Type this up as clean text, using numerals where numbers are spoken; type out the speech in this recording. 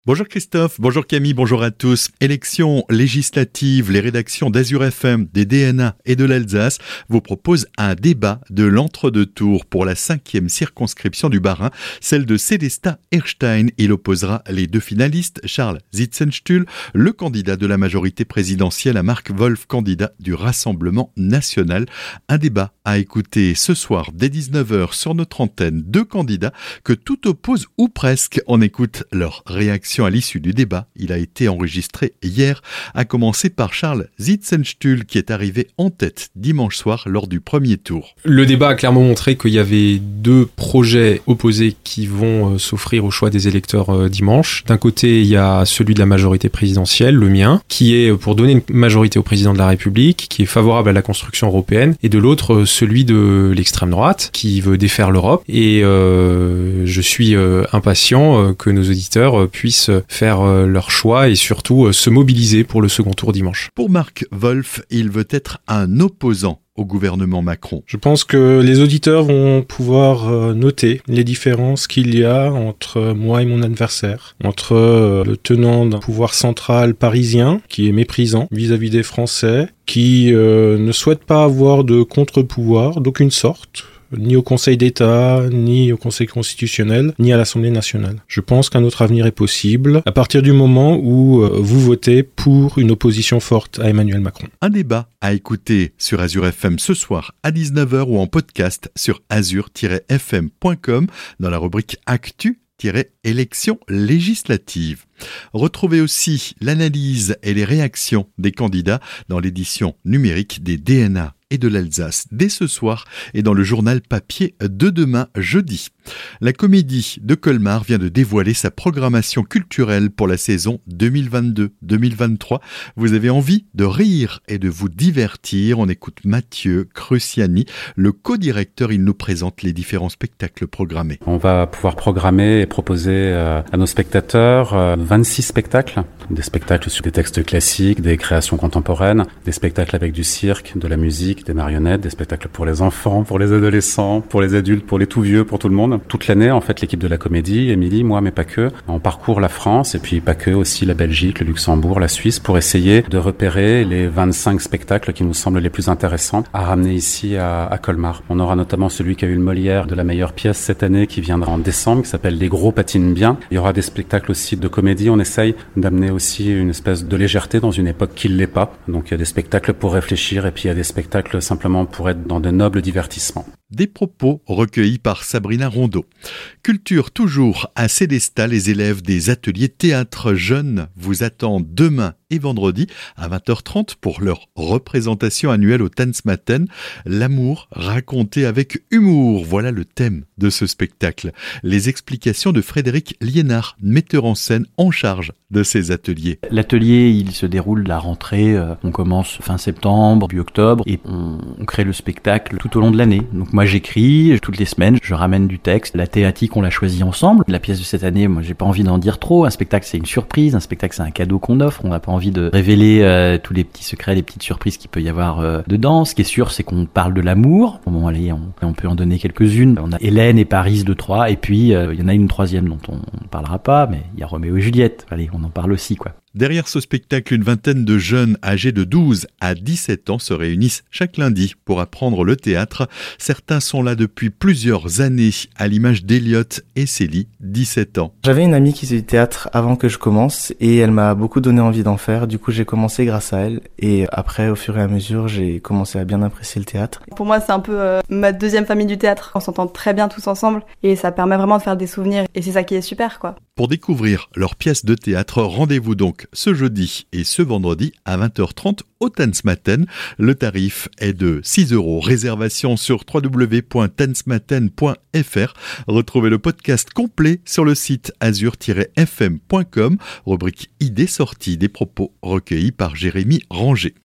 Bonjour Christophe, bonjour Camille, bonjour à tous. Élections législatives, les rédactions d'Azur FM, des DNA et de l'Alsace vous proposent un débat de l'entre-deux tours pour la 5e circonscription du Bas-Rhin, celle de Célestat Erstein. Il opposera les deux finalistes, Charles Zitzenstuhl, le candidat de la majorité présidentielle, à Marc Wolf, candidat du Rassemblement national. Un débat à écouter ce soir dès 19h sur notre antenne. Deux candidats que tout oppose ou presque. On écoute leur réaction à l'issue du débat. Il a été enregistré hier, à commencer par Charles Zitzenstuhl qui est arrivé en tête dimanche soir lors du premier tour. Le débat a clairement montré qu'il y avait deux projets opposés qui vont s'offrir au choix des électeurs dimanche. D'un côté, il y a celui de la majorité présidentielle, le mien, qui est pour donner une majorité au président de la République, qui est favorable à la construction européenne, et de l'autre, celui de l'extrême droite, qui veut défaire l'Europe. Et je suis impatient que nos auditeurs puissent faire leur choix et surtout se mobiliser pour le second tour dimanche. Pour Marc Wolf, il veut être un opposant au gouvernement Macron. Je pense que les auditeurs vont pouvoir noter les différences qu'il y a entre moi et mon adversaire, entre le tenant d'un pouvoir central parisien qui est méprisant vis-à-vis des Français, qui ne souhaite pas avoir de contre-pouvoir d'aucune sorte, ni au Conseil d'État, ni au Conseil constitutionnel, ni à l'Assemblée nationale. Je pense qu'un autre avenir est possible à partir du moment où vous votez pour une opposition forte à Emmanuel Macron. Un débat à écouter sur Azur FM ce soir à 19h ou en podcast sur azur-fm.com dans la rubrique Actu-élections législatives. Retrouvez aussi l'analyse et les réactions des candidats dans l'édition numérique des DNA et de l'Alsace dès ce soir et dans le journal papier de demain jeudi. La Comédie de Colmar vient de dévoiler sa programmation culturelle pour la saison 2022-2023. Vous avez envie de rire et de vous divertir. On écoute Mathieu Cruciani, le co-directeur. Il nous présente les différents spectacles programmés. On va pouvoir programmer et proposer à nos spectateurs 26 spectacles. Des spectacles sur des textes classiques, des créations contemporaines, des spectacles avec du cirque, de la musique, des marionnettes, des spectacles pour les enfants, pour les adolescents, pour les adultes, pour les tout vieux, pour tout le monde. Toute l'année, en fait, l'équipe de la Comédie, Émilie, moi, mais pas que, on parcourt la France et puis pas que, aussi la Belgique, le Luxembourg, la Suisse, pour essayer de repérer les 25 spectacles qui nous semblent les plus intéressants à ramener ici à Colmar. On aura notamment celui qui a eu le Molière de la meilleure pièce cette année qui viendra en décembre, qui s'appelle Les Gros patinent bien. Il y aura des spectacles aussi de comédie. On essaye d'amener aussi une espèce de légèreté dans une époque qui ne l'est pas. Donc il y a des spectacles pour réfléchir et puis il y a des spectacles simplement pour être dans de nobles divertissements. Des propos recueillis par Sabrina Rondeau. Culture toujours à Célestat, les élèves des ateliers théâtre jeunes vous attendent demain et vendredi à 20h30 pour leur représentation annuelle au Tanzmatten. L'amour raconté avec humour, voilà le thème de ce spectacle. Les explications de Frédéric Liénard, metteur en scène en charge de ces ateliers. L'atelier, il se déroule la rentrée, on commence fin septembre, puis octobre, et on crée le spectacle tout au long de l'année. Donc moi j'écris toutes les semaines, je ramène du texte. La thématique, on l'a choisie ensemble. La pièce de cette année, moi j'ai pas envie d'en dire trop. Un spectacle, c'est une surprise. Un spectacle, c'est un cadeau qu'on offre. On n'a pas envie de révéler tous les petits secrets, les petites surprises qu'il peut y avoir dedans. Ce qui est sûr, c'est qu'on parle de l'amour. Bon, allez, on peut en donner quelques-unes. On a Hélène et Paris de Troyes, et puis il y en a une troisième dont on ne parlera pas, mais il y a Roméo et Juliette. Allez, on en parle aussi, quoi. Derrière ce spectacle, une vingtaine de jeunes âgés de 12 à 17 ans se réunissent chaque lundi pour apprendre le théâtre. Certains sont là depuis plusieurs années, à l'image d'Eliott et Célie, 17 ans. J'avais une amie qui faisait du théâtre avant que je commence et elle m'a beaucoup donné envie d'en faire. Du coup, j'ai commencé grâce à elle et après, au fur et à mesure, j'ai commencé à bien apprécier le théâtre. Pour moi, c'est un peu ma deuxième famille du théâtre. On s'entend très bien tous ensemble et ça permet vraiment de faire des souvenirs et c'est ça qui est super, quoi. Pour découvrir leurs pièces de théâtre, rendez-vous donc ce jeudi et ce vendredi à 20h30 au Tanzmatten. Le tarif est de 6 €. Réservation sur www.tanzmatten.fr. Retrouvez le podcast complet sur le site azur-fm.com, rubrique idées sorties, des propos recueillis par Jérémy Ranger.